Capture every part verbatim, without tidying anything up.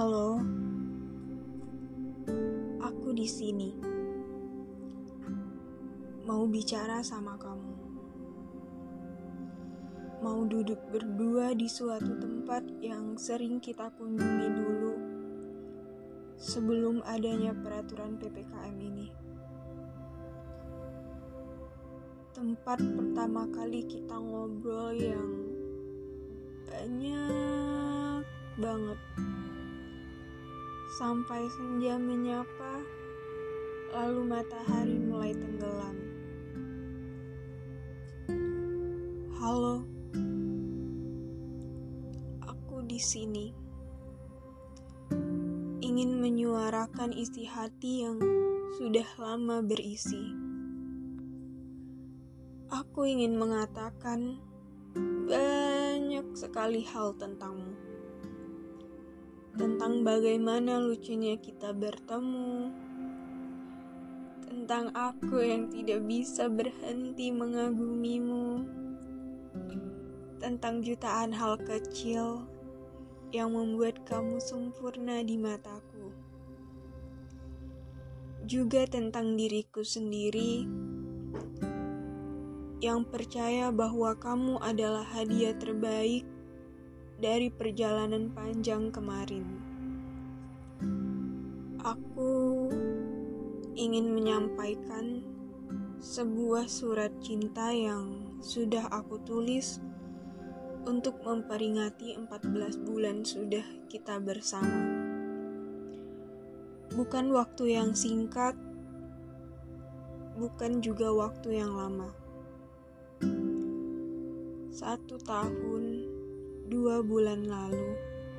Halo, aku di sini. Mau bicara sama kamu. Mau duduk berdua di suatu tempat yang sering kita kunjungi dulu sebelum adanya peraturan P P K M ini. Tempat pertama kali kita ngobrol yang banyak banget. Sampai senja menyapa, lalu matahari mulai tenggelam. Halo, aku di sini. Ingin menyuarakan isi hati yang sudah lama berisi. Aku ingin mengatakan banyak sekali hal tentangmu. Tentang bagaimana lucunya kita bertemu. Tentang aku yang tidak bisa berhenti mengagumimu. Tentang jutaan hal kecil yang membuat kamu sempurna di mataku. Juga tentang diriku sendiri yang percaya bahwa kamu adalah hadiah terbaik dari perjalanan panjang kemarin. Aku ingin menyampaikan sebuah surat cinta yang sudah aku tulis untuk memperingati empat belas bulan sudah kita bersama. Bukan waktu yang singkat, bukan juga waktu yang lama. Satu tahun, dua bulan lalu,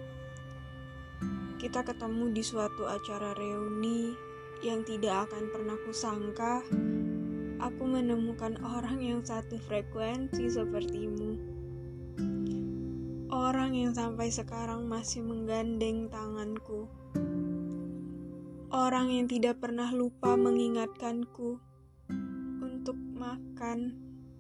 kita ketemu di suatu acara reuni yang tidak akan pernah kusangka aku menemukan orang yang satu frekuensi sepertimu. Orang yang sampai sekarang masih menggandeng tanganku. Orang yang tidak pernah lupa mengingatkanku untuk makan.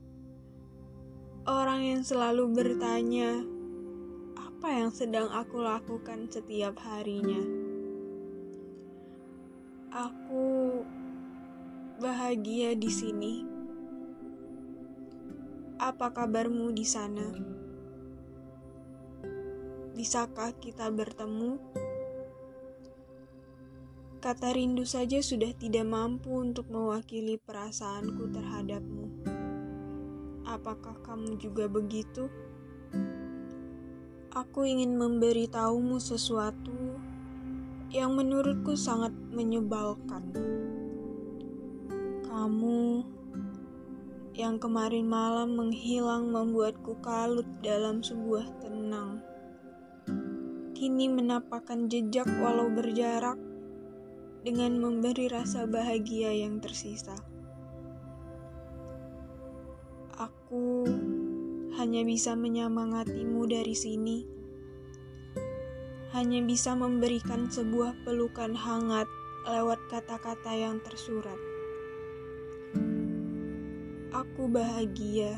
Orang yang selalu bertanya apa yang sedang aku lakukan setiap harinya. Aku bahagia di sini. Apa kabarmu di sana? Bisakah kita bertemu? Kata rindu saja sudah tidak mampu untuk mewakili perasaanku terhadapmu. Apakah kamu juga begitu? Aku ingin memberitahumu sesuatu yang menurutku sangat menyebalkan. Kamu yang kemarin malam menghilang membuatku kalut dalam sebuah tenang. Kini menapakkan jejak walau berjarak dengan memberi rasa bahagia yang tersisa. Aku hanya bisa menyemangatimu dari sini. Hanya bisa memberikan sebuah pelukan hangat lewat kata-kata yang tersurat. Aku bahagia,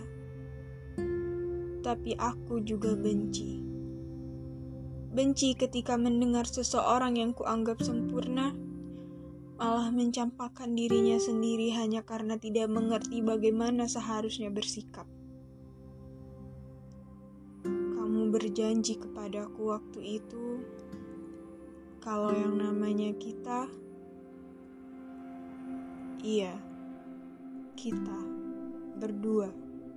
tapi aku juga benci. Benci ketika mendengar seseorang yang kuanggap sempurna malah mencampakkan dirinya sendiri hanya karena tidak mengerti bagaimana seharusnya bersikap. Kamu berjanji kepadaku waktu itu, kalau yang namanya kita, iya, kita berdua.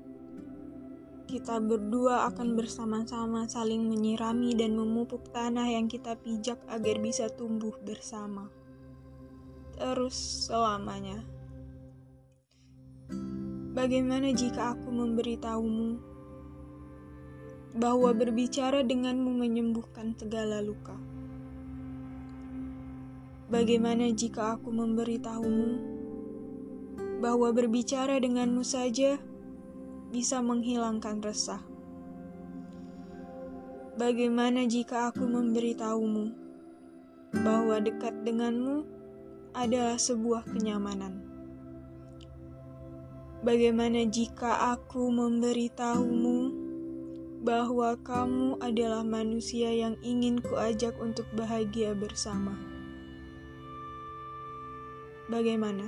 Kita berdua akan bersama-sama saling menyirami dan memupuk tanah yang kita pijak agar bisa tumbuh bersama. Terus selamanya. Bagaimana jika aku memberitahumu bahwa berbicara denganmu menyembuhkan segala luka? Bagaimana jika aku memberitahumu bahwa berbicara denganmu saja bisa menghilangkan resah? Bagaimana jika aku memberitahumu bahwa dekat denganmu adalah sebuah kenyamanan? Bagaimana jika aku memberitahumu bahwa kamu adalah manusia yang ingin kuajak untuk bahagia bersama. Bagaimana?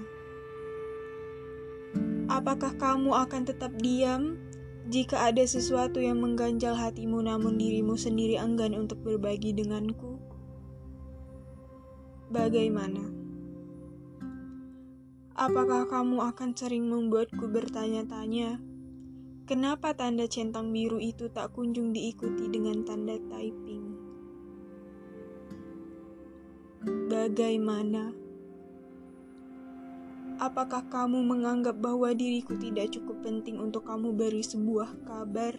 Apakah kamu akan tetap diam jika ada sesuatu yang mengganjal hatimu namun dirimu sendiri enggan untuk berbagi denganku? Bagaimana? Apakah kamu akan sering membuatku bertanya-tanya, kenapa tanda centang biru itu tak kunjung diikuti dengan tanda typing? Bagaimana? Apakah kamu menganggap bahwa diriku tidak cukup penting untuk kamu beri sebuah kabar?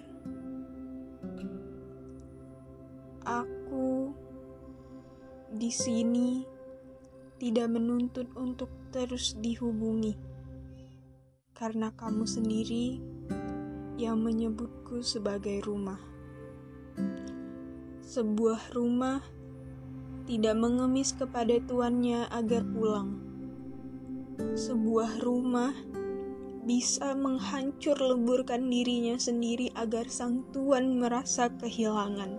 Aku di sini tidak menuntut untuk terus dihubungi, karena kamu sendiri yang menyebutku sebagai rumah. Sebuah rumah tidak mengemis kepada tuannya agar pulang. Sebuah rumah bisa menghancur leburkan dirinya sendiri agar sang tuan merasa kehilangan.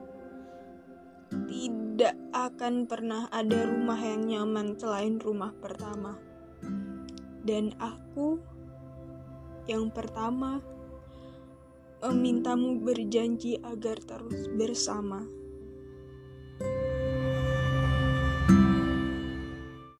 Tidak akan pernah ada rumah yang nyaman selain rumah pertama. Dan aku yang pertama memintamu berjanji agar terus bersama.